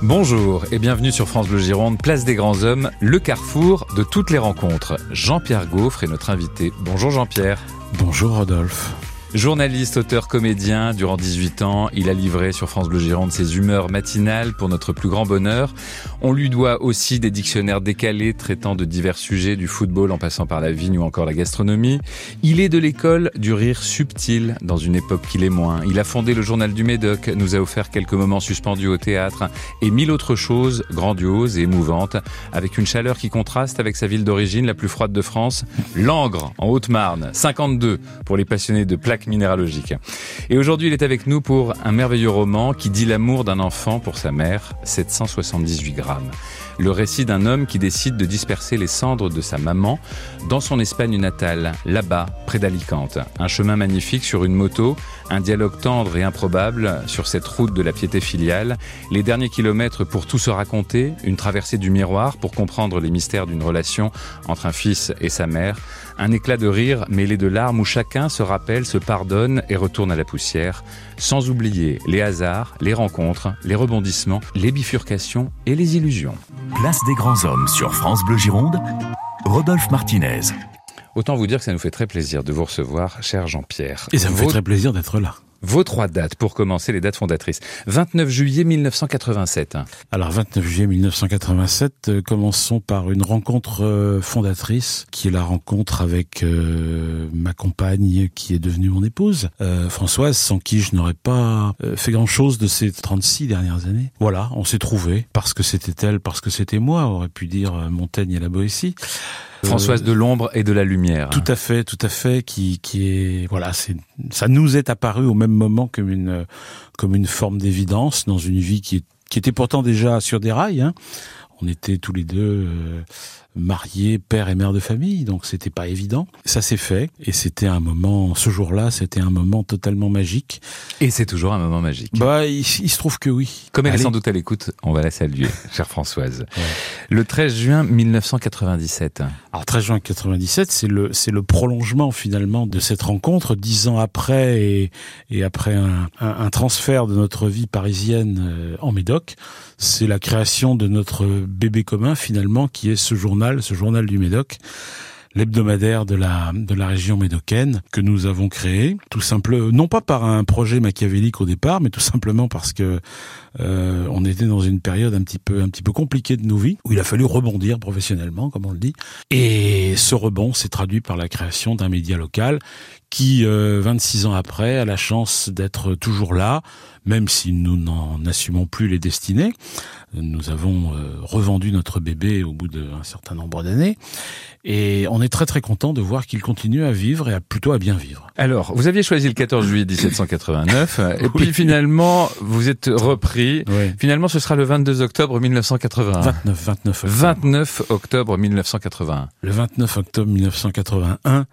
Bonjour et bienvenue sur France Bleu Gironde, place des grands hommes, le carrefour de toutes les rencontres. Jean-Pierre Gaufre est notre invité. Bonjour Jean-Pierre. Bonjour Rodolphe. Journaliste, auteur, comédien, durant 18 ans, il a livré sur France Bleu Gironde ses humeurs matinales pour notre plus grand bonheur. On lui doit aussi des dictionnaires décalés traitant de divers sujets, du football en passant par la vigne ou encore la gastronomie. Il est de l'école du rire subtil dans une époque qu'il est moins. Il a fondé le journal du Médoc, nous a offert quelques moments suspendus au théâtre et mille autres choses grandioses et émouvantes, avec une chaleur qui contraste avec sa ville d'origine, la plus froide de France, Langres, en Haute-Marne, 52 pour les passionnés de plaques minéralogiques. Et aujourd'hui, il est avec nous pour un merveilleux roman qui dit l'amour d'un enfant pour sa mère, 778 grammes. Le récit d'un homme qui décide de disperser les cendres de sa maman dans son Espagne natale, là-bas, près d'Alicante. Un chemin magnifique sur une moto, un dialogue tendre et improbable sur cette route de la piété filiale, les derniers kilomètres pour tout se raconter, une traversée du miroir pour comprendre les mystères d'une relation entre un fils et sa mère, un éclat de rire mêlé de larmes où chacun se rappelle, se pardonne et retourne à la poussière, sans oublier les hasards, les rencontres, les rebondissements, les bifurcations et les illusions. Place des grands hommes sur France Bleu Gironde, Rodolphe Martinez. Autant vous dire que ça nous fait très plaisir de vous recevoir, cher Jean-Pierre. Et ça me fait très plaisir d'être là. Vos 3 dates, pour commencer, les dates fondatrices. 29 juillet 1987. Alors, 29 juillet 1987, commençons par une rencontre fondatrice, qui est la rencontre avec ma compagne, qui est devenue mon épouse, Françoise, sans qui je n'aurais pas fait grand-chose de ces 36 dernières années. Voilà, on s'est trouvés, parce que c'était elle, parce que c'était moi, on aurait pu dire Montaigne et la Boétie. Françoise de l'ombre et de la lumière. Tout à fait, qui est, voilà, ça nous est apparu au même moment comme une forme d'évidence dans une vie qui était pourtant déjà sur des rails, hein. On était tous les deux mariés, père et mère de famille, donc c'était pas évident. Ça s'est fait, et c'était un moment, ce jour-là, c'était un moment totalement magique. Et c'est toujours un moment magique. Bah, il se trouve que oui. Comme elle est sans doute à l'écoute, on va la saluer, chère Françoise. Ouais. Le 13 juin 1997. Alors, 13 juin 1997, c'est le prolongement, finalement, de cette rencontre, 10 ans après, et après un transfert de notre vie parisienne en Médoc. C'est la création de notre bébé commun, finalement, qui est ce journal du Médoc, l'hebdomadaire de la région médocaine, que nous avons créé, tout simplement, non pas par un projet machiavélique au départ, mais tout simplement parce que on était dans une période un petit peu compliquée de nos vies, où il a fallu rebondir professionnellement, comme on le dit. Et ce rebond s'est traduit par la création d'un média local qui, 26 ans après, a la chance d'être toujours là, même si nous n'en assumons plus les destinées. Nous avons revendu notre bébé au bout d'un certain nombre d'années, et on est très très content de voir qu'il continue à vivre et plutôt à bien vivre. Alors, vous aviez choisi le 14 juillet 1789, et puis finalement, vous êtes repris. Oui. Finalement, ce sera le 22 octobre 1981. 29 octobre 1981. Le 29 octobre 1981.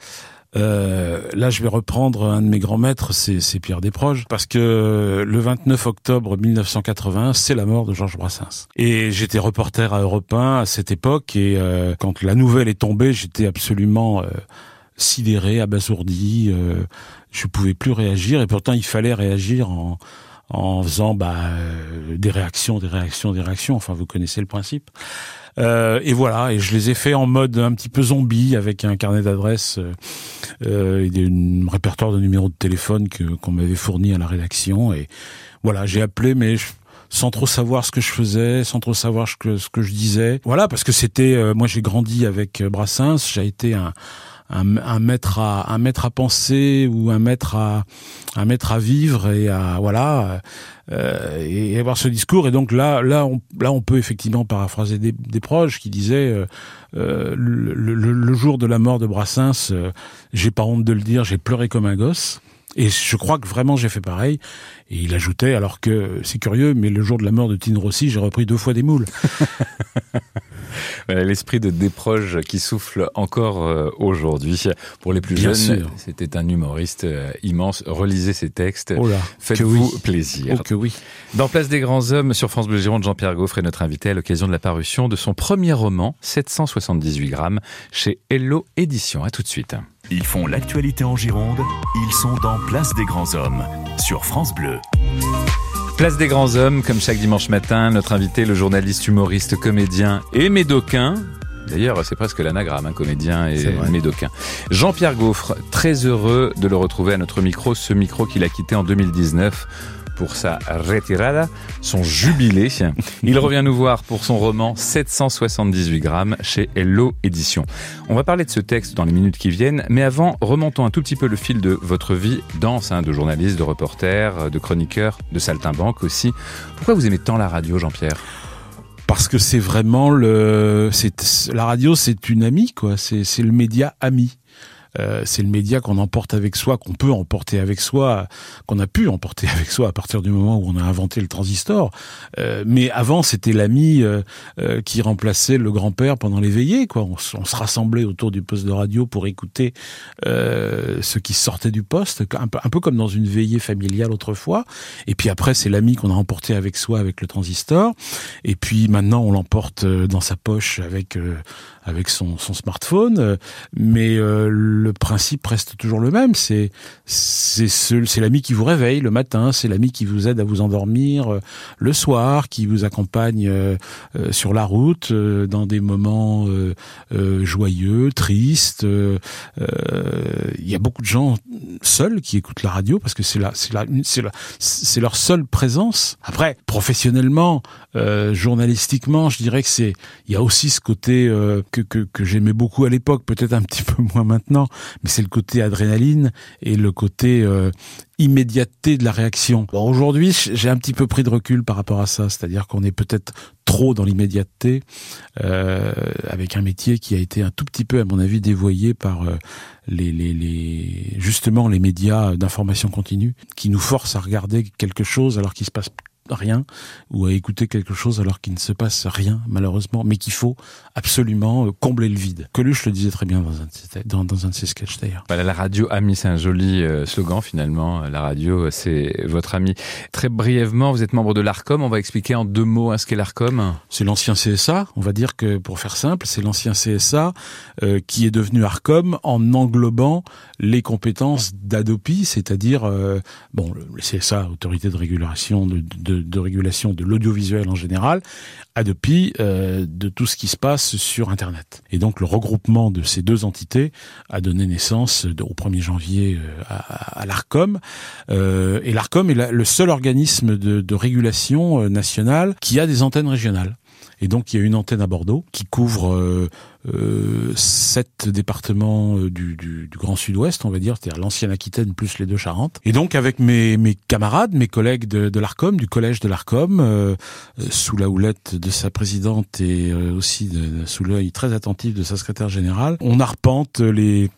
Là, je vais reprendre un de mes grands maîtres, c'est Pierre Desproges, parce que le 29 octobre 1981, c'est la mort de Georges Brassens. Et j'étais reporter à Europe 1 à cette époque, et quand la nouvelle est tombée, j'étais absolument sidéré, abasourdi. Je pouvais plus réagir, et pourtant il fallait réagir en faisant des réactions. Enfin, vous connaissez le principe. Et voilà, et je les ai fait en mode un petit peu zombie, avec un carnet d'adresses et un répertoire de numéros de téléphone qu'on m'avait fourni à la rédaction. Et voilà, j'ai appelé, mais sans trop savoir ce que je faisais, sans trop savoir ce que je disais. Voilà, parce que c'était, moi j'ai grandi avec Brassens, j'ai été un maître à penser, ou un maître à vivre, et à et avoir ce discours. Et donc là on peut effectivement paraphraser des proches qui disaient le jour de la mort de Brassens, j'ai pas honte de le dire, j'ai pleuré comme un gosse. Et je crois que vraiment j'ai fait pareil. Et il ajoutait, alors que c'est curieux, mais le jour de la mort de Tine Rossi, j'ai repris 2 fois des moules. Voilà, l'esprit de Desproges qui souffle encore aujourd'hui. Pour les plus jeunes, c'était un humoriste immense. Relisez ses textes. Oh là, faites-vous plaisir. Oh que oui. Dans Place des grands hommes, sur France Bleu Gironde, Jean-Pierre Gaufre est notre invité à l'occasion de la parution de son premier roman, 778 grammes, chez Hello Éditions. À tout de suite. Ils font l'actualité en Gironde. Ils sont dans Place des grands hommes, sur France Bleu. Place des grands hommes, comme chaque dimanche matin, notre invité, le journaliste, humoriste, comédien et médocain. D'ailleurs, c'est presque l'anagramme, comédien et médocain. Jean-Pierre Gaufre, très heureux de le retrouver à notre micro, ce micro qu'il a quitté en 2019 pour sa retirada, son jubilé. Il revient nous voir pour son roman 778 grammes chez Hello Éditions. On va parler de ce texte dans les minutes qui viennent, mais avant, remontons un tout petit peu le fil de votre vie dense, de journaliste, de reporter, de chroniqueur, de saltimbanque aussi. Pourquoi vous aimez tant la radio, Jean-Pierre ? Parce que c'est vraiment la radio, c'est une amie, quoi. C'est le média ami. C'est le média qu'on emporte avec soi, qu'on peut emporter avec soi, qu'on a pu emporter avec soi à partir du moment où on a inventé le transistor. Mais avant, c'était l'ami qui remplaçait le grand-père pendant les veillées, quoi. On se rassemblait autour du poste de radio pour écouter ce qui sortait du poste, un peu comme dans une veillée familiale autrefois. Et puis après, c'est l'ami qu'on a emporté avec soi avec le transistor. Et puis maintenant, on l'emporte dans sa poche avec son smartphone. Mais le principe reste toujours le même. C'est l'ami qui vous réveille le matin, c'est l'ami qui vous aide à vous endormir le soir, qui vous accompagne sur la route dans des moments joyeux, tristes. Il y a beaucoup de gens seuls qui écoutent la radio parce que c'est leur seule présence. Après, professionnellement, journalistiquement, je dirais que il y a aussi ce côté que j'aimais beaucoup à l'époque, peut-être un petit peu moins maintenant, mais c'est le côté adrénaline et le côté immédiateté de la réaction. Bon, aujourd'hui, j'ai un petit peu pris de recul par rapport à ça, c'est-à-dire qu'on est peut-être trop dans l'immédiateté, avec un métier qui a été un tout petit peu, à mon avis, dévoyé par justement les médias d'information continue, qui nous forcent à regarder quelque chose alors qu'il se passe rien, ou à écouter quelque chose alors qu'il ne se passe rien, malheureusement, mais qu'il faut absolument combler le vide. Coluche le disait très bien dans un de ses sketchs d'ailleurs. Voilà, la radio amie, c'est un joli slogan finalement. La radio, c'est votre ami. Très brièvement, vous êtes membre de l'Arcom. On va expliquer en 2 mots ce qu'est l'Arcom. C'est l'ancien CSA. On va dire que, pour faire simple, c'est l'ancien CSA qui est devenu Arcom en englobant les compétences d'Adopi, c'est-à-dire le CSA, Autorité de régulation de régulation de l'audiovisuel en général, Adopi, de tout ce qui se passe sur Internet. Et donc le regroupement de ces 2 entités a donné naissance au 1er janvier à l'Arcom. Et l'Arcom est le seul organisme de régulation nationale qui a des antennes régionales. Et donc il y a une antenne à Bordeaux qui couvre 7 départements du Grand Sud-Ouest, on va dire, c'est-à-dire l'ancienne Aquitaine plus les 2 Charentes. Et donc avec mes camarades, mes collègues de l'Arcom, du collège de l'Arcom, sous la houlette de sa présidente et aussi sous l'œil très attentif de sa secrétaire générale, on arpente les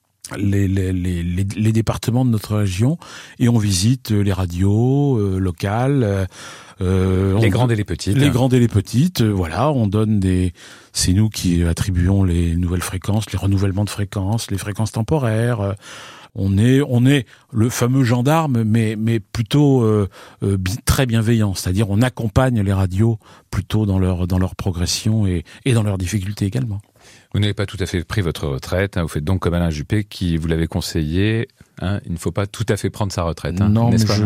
départements de notre région et on visite les radios locales, les grandes et les petites. Les grandes et les petites, voilà, on donne c'est nous qui attribuons les nouvelles fréquences, les renouvellements de fréquences, les fréquences temporaires. On est le fameux gendarme, mais plutôt très bienveillant. C'est-à-dire, on accompagne les radios plutôt dans leur progression et dans leurs difficultés également. Vous n'avez pas tout à fait pris votre retraite. Vous faites donc comme Alain Juppé qui vous l'avait conseillé. Il ne faut pas tout à fait prendre sa retraite. Non, mais je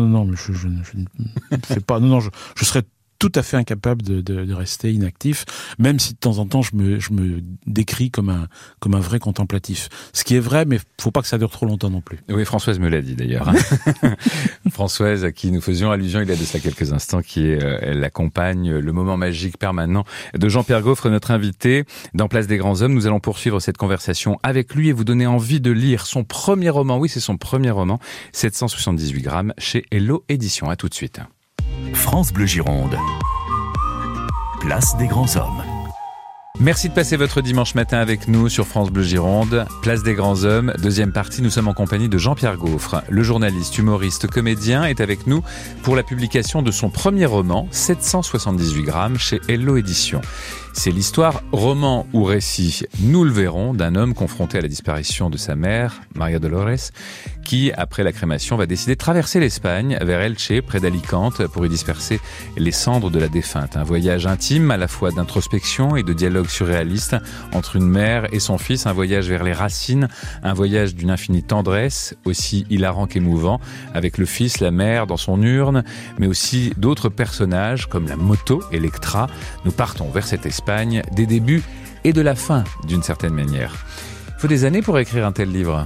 ne fais pas. Non, je serais tout à fait incapable de rester inactif, même si de temps en temps je me décris comme un vrai contemplatif. Ce qui est vrai, mais faut pas que ça dure trop longtemps non plus. Oui, Françoise me l'a dit d'ailleurs. Françoise, à qui nous faisions allusion il y a de cela quelques instants, elle accompagne le moment magique permanent de Jean-Pierre Gaufre, notre invité dans Place des grands hommes. Nous allons poursuivre cette conversation avec lui et vous donner envie de lire son premier roman. Oui, c'est son premier roman, 778 grammes chez Hello Éditions. À tout de suite. France Bleu Gironde. Place des grands hommes. Merci de passer votre dimanche matin avec nous sur France Bleu Gironde. Place des grands hommes, deuxième partie, nous sommes en compagnie de Jean-Pierre Gaufre. Le journaliste, humoriste, comédien est avec nous pour la publication de son premier roman, 778 grammes chez Hello Éditions. C'est l'histoire, roman ou récit, nous le verrons, d'un homme confronté à la disparition de sa mère, Maria Dolores, qui, après la crémation, va décider de traverser l'Espagne vers Elche, près d'Alicante, pour y disperser les cendres de la défunte. Un voyage intime, à la fois d'introspection et de dialogue surréaliste entre une mère et son fils, un voyage vers les racines, un voyage d'une infinie tendresse, aussi hilarant qu'émouvant, avec le fils, la mère dans son urne, mais aussi d'autres personnages comme la moto Electra. Nous partons vers cette Espagne des débuts et de la fin, d'une certaine manière. Il faut des années pour écrire un tel livre.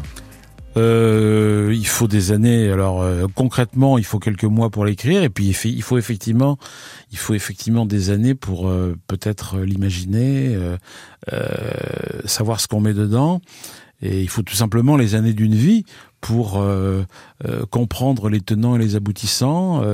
Il faut des années. Alors concrètement, il faut quelques mois pour l'écrire, et puis il faut effectivement des années pour peut-être l'imaginer, savoir ce qu'on met dedans. Et il faut tout simplement les années d'une vie pour comprendre les tenants et les aboutissants.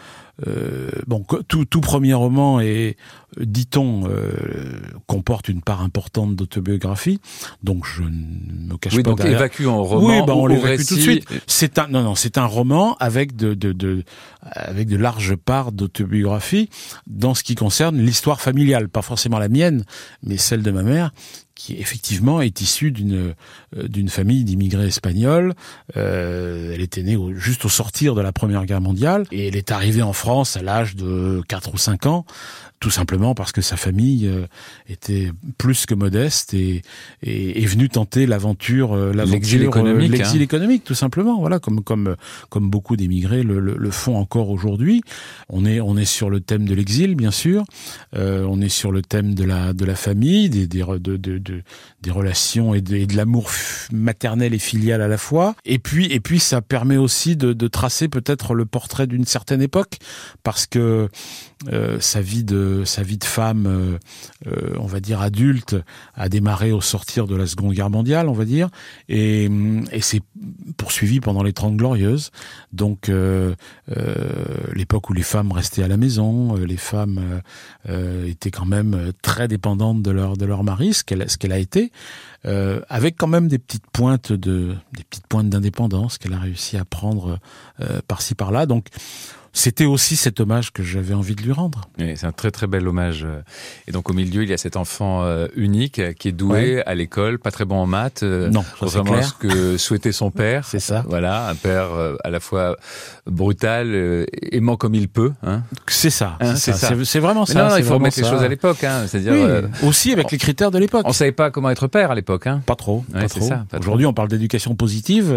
Bon, tout premier roman est, dit-on, comporte une part importante d'autobiographie, donc je ne me cache pas. Oui, donc derrière. Évacue en roman. Oui, on l'évacue récit. tout de suite. C'est un roman avec de larges parts d'autobiographie dans ce qui concerne l'histoire familiale, pas forcément la mienne, mais celle de ma mère, qui effectivement est issue d'une famille d'immigrés espagnols. Elle était née juste au sortir de la Première Guerre mondiale, et elle est arrivée en France à l'âge de 4 ou 5 ans, tout simplement parce que sa famille était plus que modeste et est venue tenter l'aventure, l'exil économique, l'exil économique, tout simplement. Voilà, comme beaucoup d'émigrés le font encore aujourd'hui. On est sur le thème de l'exil, bien sûr. On est sur le thème de la famille, des relations et de l'amour maternel et filial à la fois. Et puis ça permet aussi de tracer peut-être le portrait d'une certaine époque, parce que sa vie de femme, on va dire adulte, a démarré au sortir de la Seconde Guerre mondiale, on va dire, et s'est poursuivi pendant les 30 Glorieuses. Donc l'époque où les femmes restaient à la maison, les femmes étaient quand même très dépendantes de leur mari, ce qu'elle a été, avec quand même des petites pointes d'indépendance qu'elle a réussi à prendre par-ci par-là. Donc c'était aussi cet hommage que j'avais envie de lui rendre. Oui, c'est un très très bel hommage. Et donc au milieu, il y a cet enfant unique qui est doué à l'école, pas très bon en maths. Non, ça, vraiment c'est clair. ce que souhaitait son père. C'est ça. Voilà, un père à la fois brutal, aimant comme il peut. Hein. C'est ça. Hein, c'est ça. C'est vraiment ça. Mais non, il faut vraiment remettre les choses à l'époque. Hein. C'est-à-dire aussi avec les critères de l'époque. On savait pas comment être père à l'époque. Hein. Pas trop. Ouais, pas c'est trop. ça, pas Aujourd'hui, on parle d'éducation positive.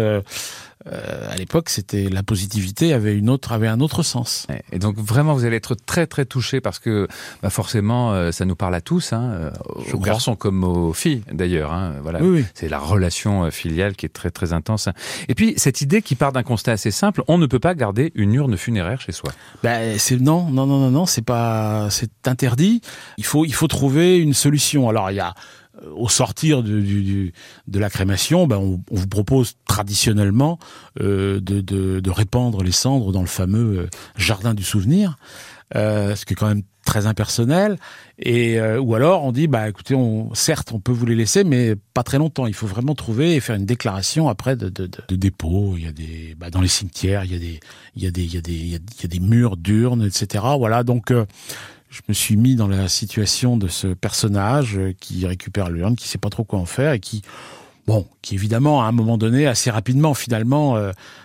À l'époque, c'était la positivité avait un autre sens. Et donc vraiment, vous allez être très très touché parce que forcément, ça nous parle à tous, hein, aux garçons comme aux filles d'ailleurs. Hein, voilà, oui. C'est la relation filiale qui est très très intense. Et puis cette idée qui part d'un constat assez simple, on ne peut pas garder une urne funéraire chez soi. Non, c'est interdit. Il faut trouver une solution. Alors il y a au sortir de la crémation, on vous propose traditionnellement de répandre les cendres dans le fameux jardin du souvenir, ce qui est quand même très impersonnel. Et ou alors on dit écoutez, certes on peut vous les laisser, mais pas très longtemps. Il faut vraiment trouver et faire une déclaration après de dépôt. Il y a des dans les cimetières, il y a des murs d'urnes, etc. Voilà, donc je me suis mis dans la situation de ce personnage qui récupère l'urne, qui sait pas trop quoi en faire et qui évidemment à un moment donné, assez rapidement finalement,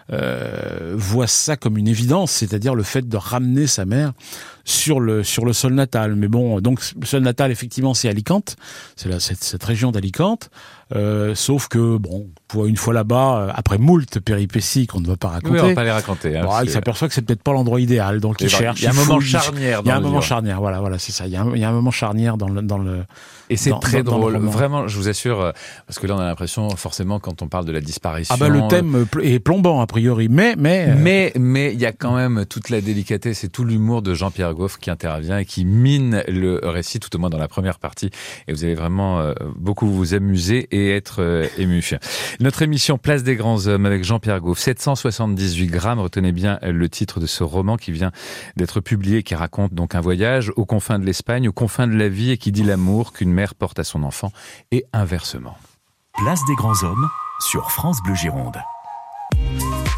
voit ça comme une évidence, c'est-à-dire le fait de ramener sa mère sur le sol natal. Mais bon, donc le sol natal effectivement c'est Alicante, c'est cette région d'Alicante. Sauf que pour une fois là-bas, après moult péripéties qu'on ne va pas raconter, oui, on va pas les raconter. Hein, il s'aperçoit que c'est peut-être pas l'endroit idéal, donc il cherche. Il y a un moment charnière. Il y a un moment charnière, voilà, c'est ça. Il y a un moment charnière dans le. Et c'est très drôle, le vraiment. Je vous assure, parce que là on a l'impression forcément quand on parle de la disparition. Le thème est plombant a priori, mais il y a quand même toute la délicatesse et tout l'humour de Jean-Pierre Goff qui intervient et qui mine le récit, tout au moins dans la première partie. Et vous allez vraiment beaucoup vous amuser et être ému. Notre émission Place des Grands Hommes avec Jean-Pierre Goff, 778 grammes, retenez bien le titre de ce roman qui vient d'être publié, qui raconte donc un voyage aux confins de l'Espagne, aux confins de la vie et qui dit l'amour qu'une mère porte à son enfant et inversement. Place des Grands Hommes sur France Bleu Gironde.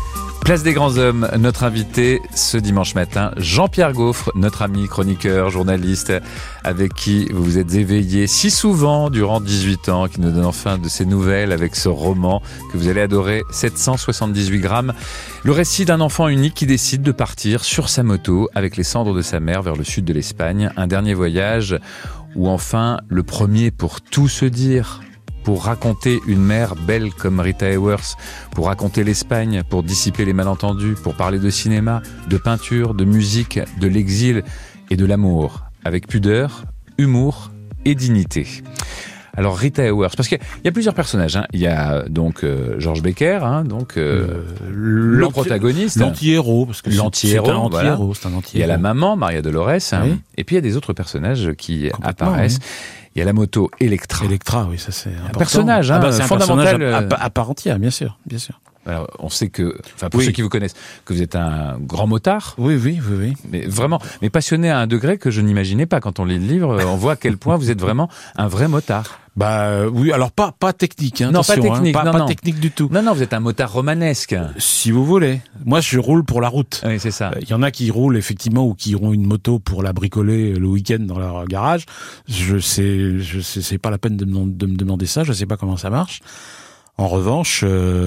Place des grands hommes, notre invité ce dimanche matin, Jean-Pierre Gaufre, notre ami chroniqueur, journaliste, avec qui vous vous êtes éveillé si souvent durant 18 ans, qui nous donne enfin de ses nouvelles avec ce roman que vous allez adorer, 778 grammes. Le récit d'un enfant unique qui décide de partir sur sa moto avec les cendres de sa mère vers le sud de l'Espagne. Un dernier voyage ou enfin le premier pour tout se dire. Pour raconter une mère belle comme Rita Hayworth, pour raconter l'Espagne, pour dissiper les malentendus, pour parler de cinéma, de peinture, de musique, de l'exil et de l'amour, avec pudeur, humour et dignité. Alors Rita Hayworth, parce qu'il y a plusieurs personnages, hein. Il y a donc George Becker, hein, donc le protagoniste, l'anti-héros, parce que l'anti-héros, c'est un anti-héros, voilà. C'est un anti-héros. Il y a la maman Maria Dolores, hein, oui. Et puis il y a des autres personnages qui apparaissent. Oui. Il y a la moto Electra. Electra, oui, ça c'est important. Un personnage, hein, c'est fondamental. Un personnage à part entière, bien sûr, bien sûr. Alors, on sait que, enfin, pour ceux qui vous connaissent, que vous êtes un grand motard. Oui. Mais vraiment, mais passionné à un degré que je n'imaginais pas. Quand on lit le livre, on voit à quel point vous êtes vraiment un vrai motard. Oui, alors pas technique, hein, non, attention, pas technique, pas technique du tout. Non, vous êtes un motard romanesque. Si vous voulez. Moi, je roule pour la route. Oui, c'est ça. Il y en a qui roulent effectivement ou qui ont une moto pour la bricoler le week-end dans leur garage. Je sais, c'est pas la peine de me demander ça. Je sais pas comment ça marche. En revanche,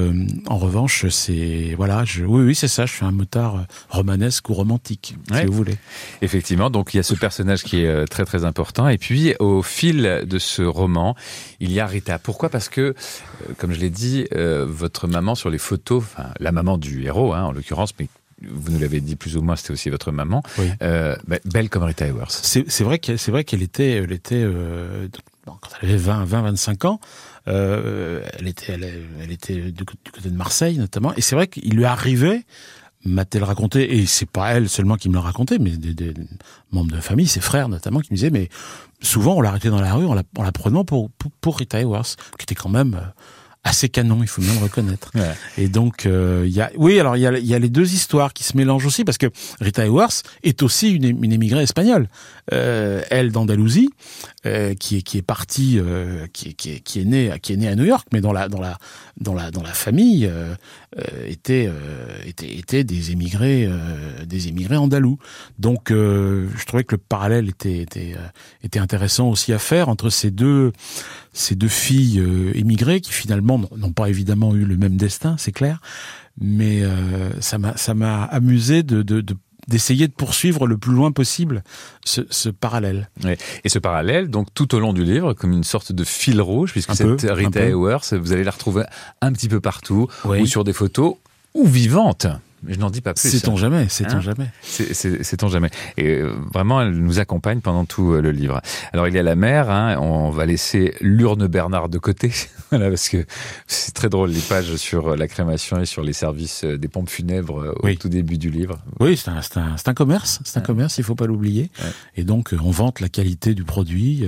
c'est voilà, oui, c'est ça. Je suis un motard romanesque ou romantique, si vous voulez. Effectivement, donc il y a ce personnage qui est très très important. Et puis au fil de ce roman, il y a Rita. Pourquoi ? Parce que, comme je l'ai dit, votre maman sur les photos, enfin la maman du héros, hein, en l'occurrence, mais vous nous l'avez dit plus ou moins, c'était aussi votre maman, oui. Belle comme Rita Hayworth. C'est vrai qu'elle était quand elle avait 25 ans. Elle était du côté de Marseille notamment, et c'est vrai qu'il lui arrivait, m'a-t-elle raconté, et c'est pas elle seulement qui me l'a raconté, mais des membres de la famille, ses frères notamment, qui me disaient, mais souvent on l'arrêtait dans la rue en la prenant pour Rita Hayworth, qui était quand même assez canon, il faut bien le reconnaître. Ouais. Et donc il y a les deux histoires qui se mélangent aussi, parce que Rita Hayworth est aussi une émigrée espagnole. Elle d'Andalousie, qui est partie, qui est née à New York, mais dans la famille étaient des émigrés andalous. Donc je trouvais que le parallèle était intéressant aussi à faire entre ces deux filles émigrées qui finalement n'ont pas évidemment eu le même destin, c'est clair, mais ça m'a amusé d'essayer de poursuivre le plus loin possible ce parallèle. Oui. Et ce parallèle, donc tout au long du livre, comme une sorte de fil rouge, puisque cette Rita Hayworth, vous allez la retrouver un petit peu partout, ou sur des photos, ou vivante. Mais je n'en dis pas plus. Sait-on jamais. Sait-on jamais. Et vraiment, elle nous accompagne pendant tout le livre. Alors, il y a la mère, hein, on va laisser l'urne Bernard de côté, voilà, parce que c'est très drôle, les pages sur la crémation et sur les services des pompes funèbres au tout début du livre. Oui, c'est un commerce, il faut pas l'oublier. Ouais. Et donc, on vante la qualité du produit.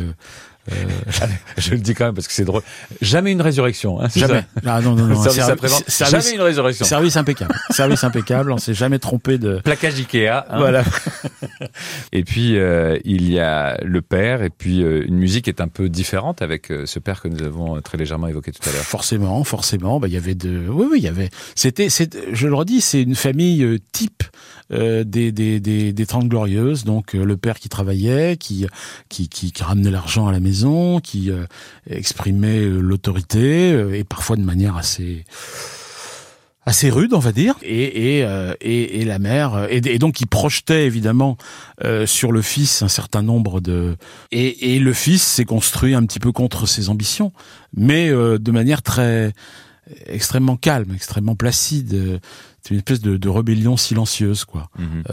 Je le dis quand même parce que c'est drôle. Jamais une résurrection. Hein, jamais. Ah non. Jamais une résurrection. Service impeccable. On s'est jamais trompé de. Plaquage Ikea. Hein. Voilà. Et puis il y a le père et puis une musique est un peu différente avec ce père que nous avons très légèrement évoqué tout à l'heure. Forcément. Bah il y avait il y avait. C'était. Je le redis, c'est une famille type. Des 30 glorieuses, donc le père qui travaillait, qui ramenait l'argent à la maison, qui exprimait l'autorité et parfois de manière assez rude, on va dire, et la mère, et donc il projetait évidemment sur le fils un certain nombre et le fils s'est construit un petit peu contre ses ambitions, mais de manière extrêmement calme, extrêmement placide. C'est une espèce de rébellion silencieuse, quoi.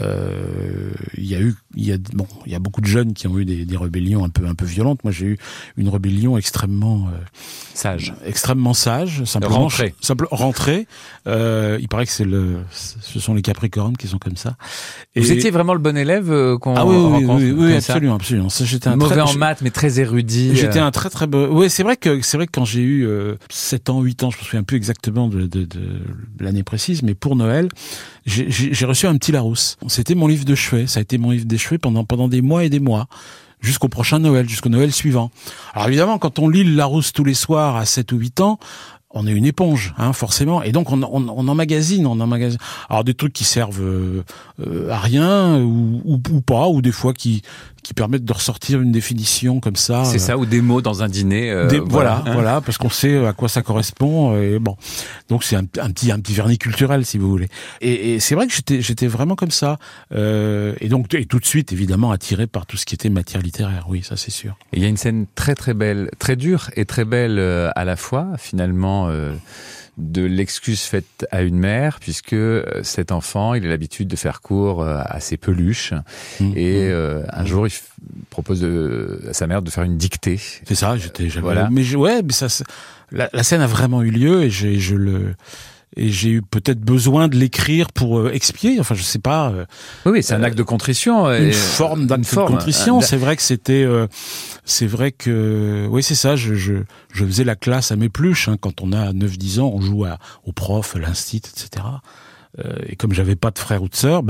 Il y a beaucoup de jeunes qui ont eu des rébellions un peu violentes. Moi, j'ai eu une rébellion extrêmement sage, simplement rentrée. Il paraît que ce sont les Capricornes qui sont comme ça. Vous étiez vraiment le bon élève qu'on rencontre. Oui, absolument. Ça, j'étais mauvais en maths, mais très érudit. J'étais un très très beau. Oui, c'est vrai que quand j'ai eu 7 ans, 8 ans, je me souviens plus exactement de l'année précise, mais pour Noël, j'ai reçu un petit Larousse. C'était mon livre de chevet. Ça a été mon livre de chevet pendant des mois et des mois. Jusqu'au prochain Noël, jusqu'au Noël suivant. Alors évidemment, quand on lit le Larousse tous les soirs à 7 ou 8 ans, on est une éponge, hein, forcément, et donc on emmagasine. Alors des trucs qui servent à rien ou pas, ou des fois qui permettent de ressortir une définition comme ça. C'est ça, ou des mots dans un dîner. Voilà, parce qu'on sait à quoi ça correspond. Et bon, donc c'est un petit vernis culturel, si vous voulez. Et c'est vrai que j'étais vraiment comme ça. Et tout de suite, évidemment, attiré par tout ce qui était matière littéraire. Oui, ça c'est sûr. Et il y a une scène très très belle, très dure et très belle à la fois, finalement. De l'excuse faite à une mère, puisque cet enfant, il a l'habitude de faire cours à ses peluches, et un jour, il propose à sa mère de faire une dictée. C'est ça, j'avais. Voilà. Mais ça, la scène a vraiment eu lieu, et j'ai eu peut-être besoin de l'écrire pour expier. Enfin, je sais pas. Oui, c'est un acte de contrition. Une forme d'acte de contrition. C'est vrai que oui, c'est ça. Je faisais la classe à mes peluches. Hein. Quand on a 9-10 ans, on joue au prof, à l'instit, etc. Et comme j'avais pas de frère ou de sœur,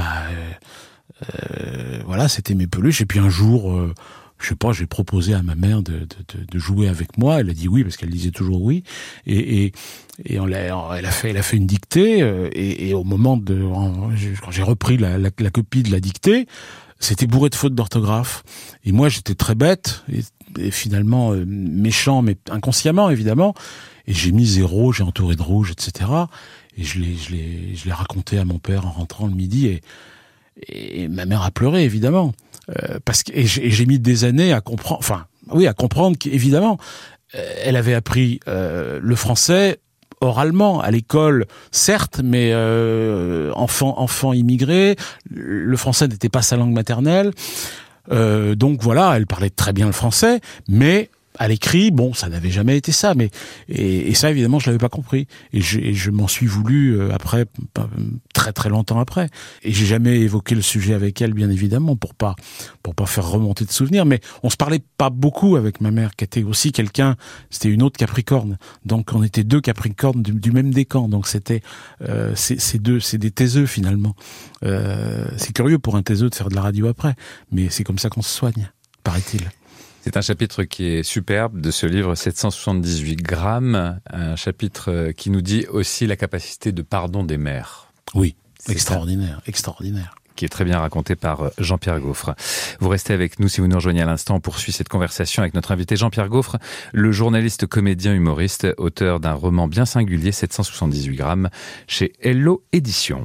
voilà, c'était mes peluches. Et puis un jour, je sais pas, j'ai proposé à ma mère de jouer avec moi. Elle a dit oui parce qu'elle disait toujours oui. Et elle a fait une dictée. Et au moment quand j'ai repris la copie de la dictée, c'était bourré de fautes d'orthographe. Et moi, j'étais très bête et finalement méchant, mais inconsciemment évidemment. Et j'ai mis 0, j'ai entouré de rouge, etc. Et je l'ai raconté à mon père en rentrant le midi. Et ma mère a pleuré évidemment. Et j'ai mis des années à comprendre qu'évidemment elle avait appris le français oralement à l'école, certes, mais enfant immigré, le français n'était pas sa langue maternelle, donc voilà, elle parlait très bien le français, mais à l'écrit, bon, ça n'avait jamais été ça, mais et ça évidemment je l'avais pas compris, et je m'en suis voulu après, très très longtemps après, et j'ai jamais évoqué le sujet avec elle, bien évidemment, pour pas faire remonter de souvenirs, mais on se parlait pas beaucoup avec ma mère, qui était aussi c'était une autre Capricorne, donc on était 2 Capricornes du même décan, donc c'était c'est des taiseux finalement. C'est curieux pour un taiseux de faire de la radio après, mais c'est comme ça qu'on se soigne, paraît-il. C'est un chapitre qui est superbe de ce livre 778 grammes, un chapitre qui nous dit aussi la capacité de pardon des mères. Oui, extraordinaire. Qui est très bien raconté par Jean-Pierre Gaufre. Vous restez avec nous si vous nous rejoignez à l'instant. On poursuit cette conversation avec notre invité Jean-Pierre Gaufre, le journaliste, comédien, humoriste, auteur d'un roman bien singulier, 778 grammes, chez Hello Éditions.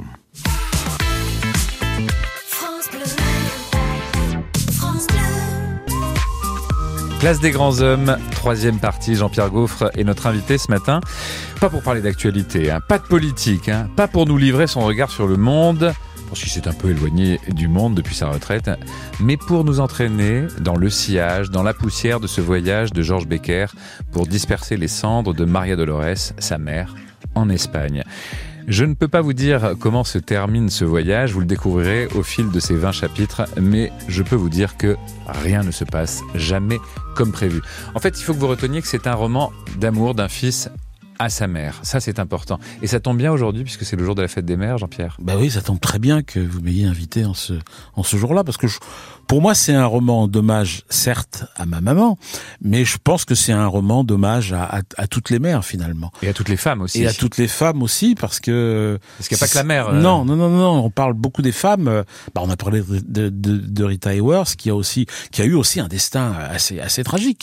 Place des grands hommes, 3e partie, Jean-Pierre Gaufre est notre invité ce matin. Pas pour parler d'actualité, pas de politique, pas pour nous livrer son regard sur le monde, parce qu'il s'est un peu éloigné du monde depuis sa retraite, mais pour nous entraîner dans le sillage, dans la poussière de ce voyage de Georges Becker pour disperser les cendres de Maria Dolores, sa mère, en Espagne. Je ne peux pas vous dire comment se termine ce voyage, vous le découvrirez au fil de ces 20 chapitres, mais je peux vous dire que rien ne se passe jamais comme prévu. En fait, il faut que vous reteniez que c'est un roman d'amour d'un fils à sa mère. Ça, c'est important. Et ça tombe bien aujourd'hui, puisque c'est le jour de la fête des mères, Jean-Pierre. Bah oui, ça tombe très bien que vous m'ayez invité en ce jour-là, parce que pour moi, c'est un roman d'hommage, certes, à ma maman, mais je pense que c'est un roman d'hommage à toutes les mères, finalement. Et à toutes les femmes aussi. Et à toutes les femmes aussi, parce qu'il n'y a pas que la mère. Non, on parle beaucoup des femmes. On a parlé de Rita Hayworth, qui a eu aussi un destin assez tragique,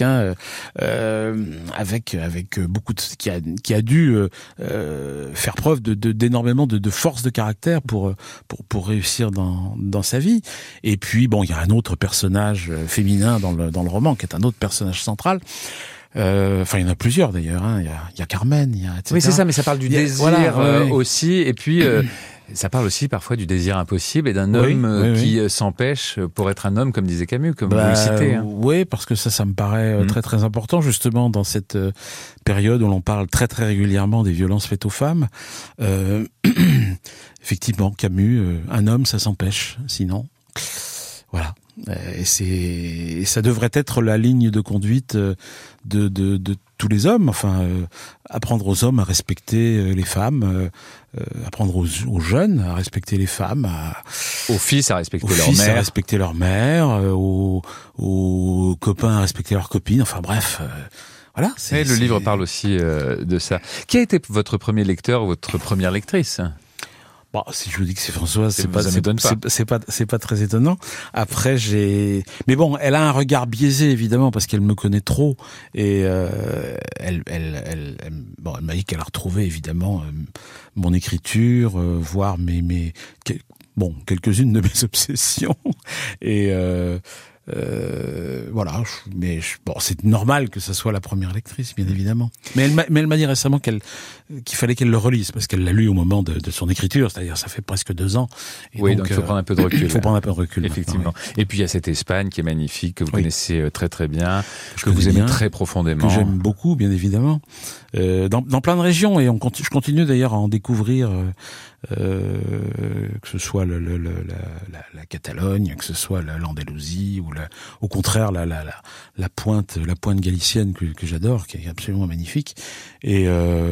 avec beaucoup qui a dû faire preuve d'énormément de force de caractère pour réussir dans sa vie. Et puis bon, il y a un autre personnage féminin dans le roman qui est un autre personnage central. Enfin, il y en a plusieurs d'ailleurs. Il y a Carmen, etc. Oui, c'est ça, mais ça parle du désir aussi, et puis ça parle aussi parfois du désir impossible et d'un homme qui s'empêche pour être un homme, comme disait Camus, comme vous le citez. Oui, parce que ça me paraît très très important justement dans cette période où l'on parle très très régulièrement des violences faites aux femmes. Effectivement, Camus, un homme, ça s'empêche, sinon. Voilà. Et ça devrait être la ligne de conduite de tous les hommes. Enfin, apprendre aux hommes à respecter les femmes, apprendre aux jeunes à respecter les femmes, aux fils à respecter leur mère, aux copains à respecter leurs copines. Enfin bref, voilà. Le livre parle aussi de ça. Qui a été votre premier lecteur ou votre première lectrice ? Bon, si je vous dis que c'est Françoise, c'est pas très étonnant. Après, mais bon, elle a un regard biaisé, évidemment, parce qu'elle me connaît trop. Et, elle m'a dit qu'elle a retrouvé, évidemment, mon écriture, voire quelques-unes de mes obsessions. Et, voilà, c'est normal que ça soit la première lectrice, bien évidemment. Mais elle m'a dit récemment qu'il fallait qu'elle le relise, parce qu'elle l'a lu au moment de son écriture, c'est-à-dire ça fait presque 2 ans. Et donc il faut prendre un peu de recul. Il faut prendre un peu de recul. Effectivement. Ouais. Et puis il y a cette Espagne qui est magnifique, que vous connaissez très très bien, que vous aimez très profondément. Que j'aime beaucoup, bien évidemment. Dans plein de régions, et je continue d'ailleurs à en découvrir, que ce soit la Catalogne, que ce soit l'Andalousie, ou au contraire la pointe galicienne que j'adore, qui est absolument magnifique. Et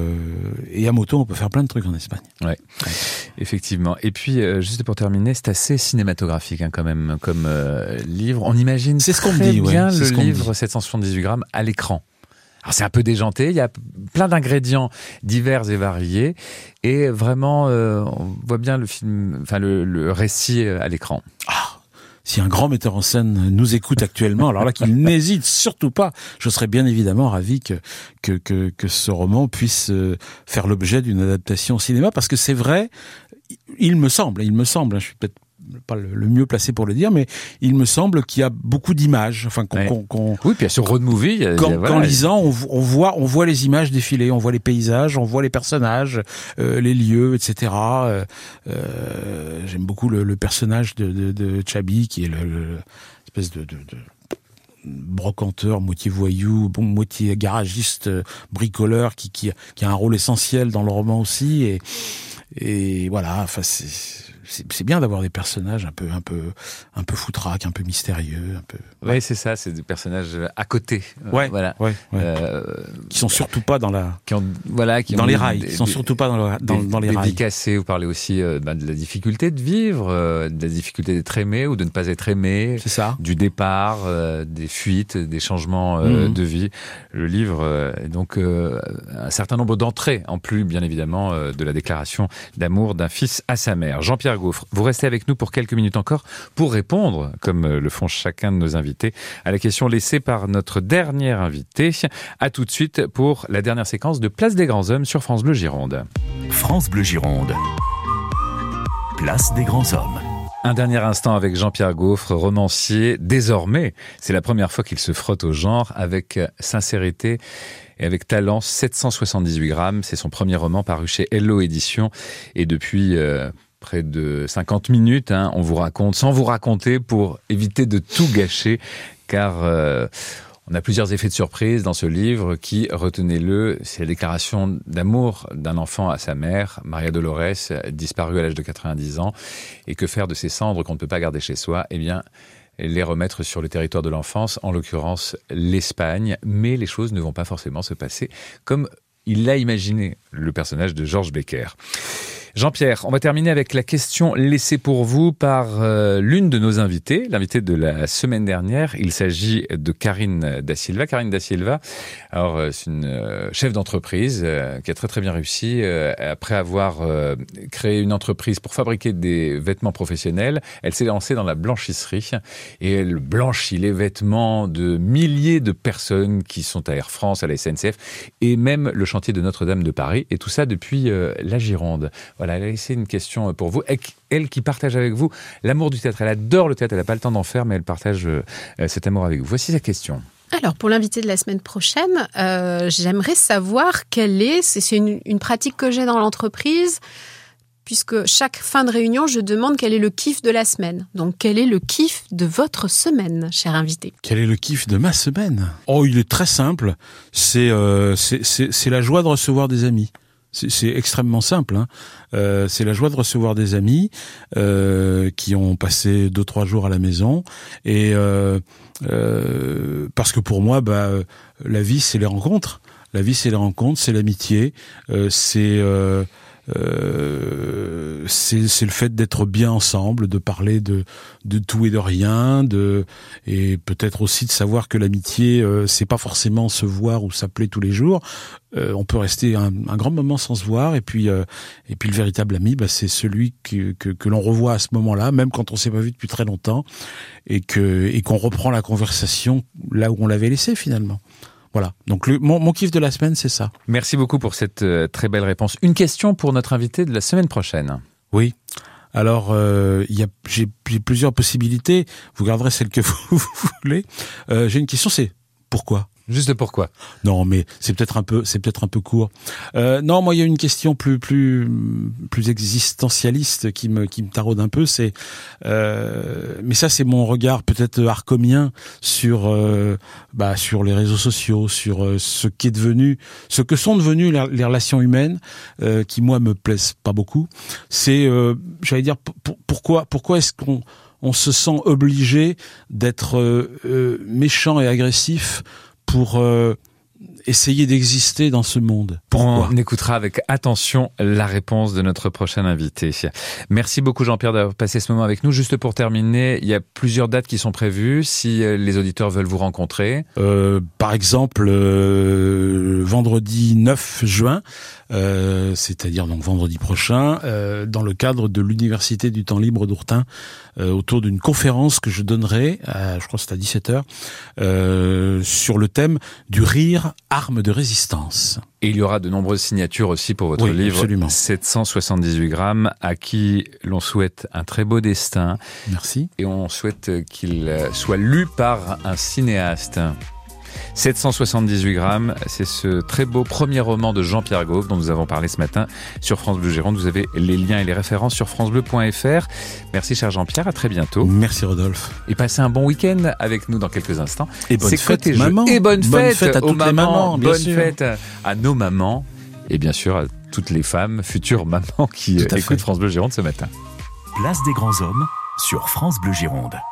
à moto, on peut faire plein de trucs en Espagne. Ouais. Effectivement. Et puis juste pour terminer, c'est assez cinématographique quand même comme livre. On imagine bien le livre 778 grammes à l'écran. Alors c'est un peu déjanté, il y a plein d'ingrédients divers et variés, et vraiment on voit bien le film, enfin le récit à l'écran. Si un grand metteur en scène nous écoute actuellement, alors là qu'il n'hésite surtout pas, je serais bien évidemment ravi que ce roman puisse faire l'objet d'une adaptation au cinéma, parce que c'est vrai, il me semble, je suis peut-être pas le mieux placé pour le dire, mais il me semble qu'il y a beaucoup d'images. Enfin, oui, puis sur Road Movie, qu'en lisant, on voit les images défiler, on voit les paysages, on voit les personnages, les lieux, etc. J'aime beaucoup le personnage de Chabi, qui est l'espèce de brocanteur, moitié voyou, moitié garagiste, bricoleur, qui a un rôle essentiel dans le roman aussi. Et voilà, enfin c'est bien d'avoir des personnages un peu foutraques, un peu mystérieux, un peu. Ouais, c'est ça, c'est des personnages à côté. Voilà. Qui sont surtout pas dans les rails. Qui sont surtout pas dans les rails. Dédicacés. Vous parlez aussi de la difficulté de vivre, de la difficulté d'être aimé ou de ne pas être aimé. C'est ça. Du départ, des fuites, des changements de vie. Le livre est donc un certain nombre d'entrées, en plus bien évidemment de la déclaration d'amour d'un fils à sa mère. Jean-Pierre Gaufre, vous restez avec nous pour quelques minutes encore pour répondre, comme le font chacun de nos invités, à la question laissée par notre dernier invité. À tout de suite pour la dernière séquence de Place des Grands Hommes sur France Bleu Gironde. France Bleu Gironde. Place des Grands Hommes. Un dernier instant avec Jean-Pierre Gaufre, romancier. Désormais, c'est la première fois qu'il se frotte au genre avec sincérité et avec talent. 778 grammes, c'est son premier roman paru chez Hello Éditions. Et depuis près de 50 minutes, on vous raconte, sans vous raconter, pour éviter de tout gâcher, car on a plusieurs effets de surprise dans ce livre qui, retenez-le, c'est la déclaration d'amour d'un enfant à sa mère, Maria Dolores, disparue à l'âge de 90 ans. Et que faire de ces cendres qu'on ne peut pas garder chez soi ? Eh bien, les remettre sur le territoire de l'enfance, en l'occurrence l'Espagne. Mais les choses ne vont pas forcément se passer comme il l'a imaginé, le personnage de Georges Becker. Jean-Pierre, on va terminer avec la question laissée pour vous par l'une de nos invitées, l'invitée de la semaine dernière. Il s'agit de Karine Da Silva. Karine Da Silva, alors c'est une chef d'entreprise qui a très très bien réussi. Après avoir créé une entreprise pour fabriquer des vêtements professionnels, elle s'est lancée dans la blanchisserie et elle blanchit les vêtements de milliers de personnes qui sont à Air France, à la SNCF et même le chantier de Notre-Dame de Paris, et tout ça depuis la Gironde. Voilà, elle a laissé une question pour vous. Elle qui partage avec vous l'amour du théâtre. Elle adore le théâtre, elle n'a pas le temps d'en faire, mais elle partage cet amour avec vous. Voici sa question. Alors, pour l'invité de la semaine prochaine, j'aimerais savoir quelle est... C'est une pratique que j'ai dans l'entreprise, puisque chaque fin de réunion, je demande quel est le kiff de la semaine. Donc, quel est le kiff de votre semaine, cher invité ? Quel est le kiff de ma semaine ? Oh, il est très simple. C'est la joie de recevoir des amis. C'est extrêmement simple. C'est la joie de recevoir des amis qui ont passé 2-3 jours à la maison. Et parce que pour moi, la vie, c'est les rencontres. La vie, c'est les rencontres, c'est l'amitié, c'est c'est le fait d'être bien ensemble, de parler de tout et de rien, et peut-être aussi de savoir que l'amitié, c'est pas forcément se voir ou s'appeler tous les jours. On peut rester un grand moment sans se voir, et puis le véritable ami, c'est celui que l'on revoit à ce moment-là, même quand on s'est pas vu depuis très longtemps, et qu'on reprend la conversation là où on l'avait laissée finalement. Voilà. Donc mon kiff de la semaine, c'est ça. Merci beaucoup pour cette très belle réponse. Une question pour notre invité de la semaine prochaine. Oui. Alors, j'ai plusieurs possibilités. Vous garderez celle que vous voulez. J'ai une question, c'est pourquoi ? Juste pourquoi ? Non, mais c'est peut-être un peu court. Non, moi il y a une question plus existentialiste qui me taraude un peu. Mais ça c'est mon regard peut-être arcomien sur les réseaux sociaux, sur ce que sont devenues les relations humaines, qui moi me plaisent pas beaucoup. C'est, j'allais dire, pourquoi est-ce qu'on se sent obligé d'être méchant et agressif pour essayer d'exister dans ce monde. Pourquoi ? On écoutera avec attention la réponse de notre prochain invité. Merci beaucoup Jean-Pierre d'avoir passé ce moment avec nous. Juste pour terminer, il y a plusieurs dates qui sont prévues si les auditeurs veulent vous rencontrer. Par exemple, vendredi 9 juin, c'est-à-dire donc vendredi prochain, dans le cadre de l'Université du temps libre d'Ourtin, autour d'une conférence que je donnerai, je crois que c'est à 17h, sur le thème du rire, arme de résistance. Et il y aura de nombreuses signatures aussi pour votre livre, absolument. 778 grammes, à qui l'on souhaite un très beau destin. Merci. Et on souhaite qu'il soit lu par un cinéaste. 778 grammes, c'est ce très beau premier roman de Jean-Pierre Gauve dont nous avons parlé ce matin sur France Bleu Gironde. Vous avez les liens et les références sur francebleu.fr. Merci cher Jean-Pierre, à très bientôt. Merci Rodolphe. Et passez un bon week-end avec nous dans quelques instants. Et bonne fête maman. Et bonne fête à toutes les mamans. Bonne fête à nos mamans et bien sûr à toutes les femmes, futures mamans qui écoutent France Bleu Gironde ce matin. Place des grands hommes sur France Bleu Gironde.